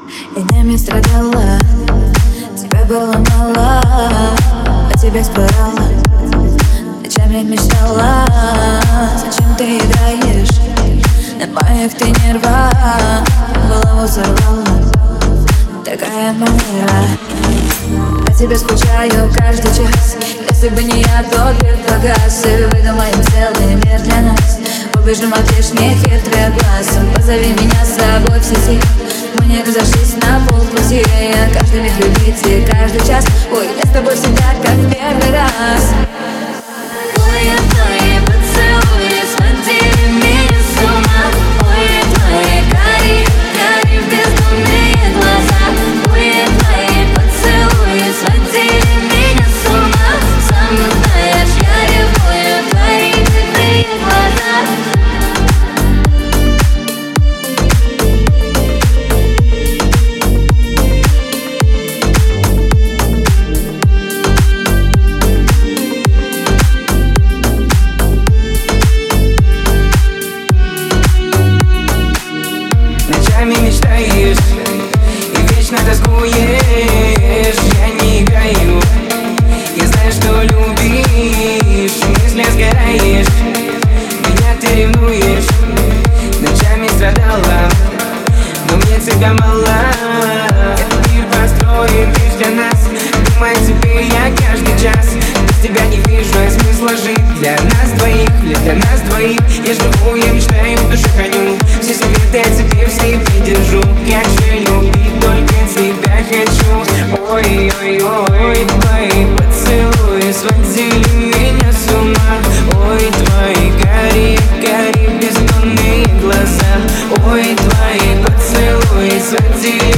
И днями страдала, тебя было мало, о тебе спорала, ночами мечтала. Зачем ты играешь на моих ты нервах? Голову взорвала такая манера. По тебе скучаю каждый час. Если бы не я, то свет погас. И выдумаем целый мир для нас. Убежим от лишних хитрых глаз. Позови меня с собой в сети. Мы не разошлись на полпути. Каждый миг любить и каждый час. Ой, я с тобой всегда как в первый раз. Ой, твои поцелуи сводили меня с ума. Ой, твои карие бездумные глаза. Ой, твои поцелуи сводили меня с ума. Сам знаешь, я ревную твои цветные глаза. Мечтаешь и вечно тоскуешь. Я не играю, я знаю, что любишь. В мыслях сгораешь, меня ты ревнуешь. Ночами страдала, но мне тебя мало. Этот мир построен лишь для нас. Думаю, тебе я каждый час. Без тебя не вижу смысла жить. Для нас двоих, лишь для нас двоих. Я живу, я мечтаю, в душе храню все секреты, я тебе в себе держу. Как же любить, только тебя хочу. Ой-ой-ой, твои поцелуи сводили меня с ума. Ой, твои карие бездонные глаза. Ой, твои поцелуи сводили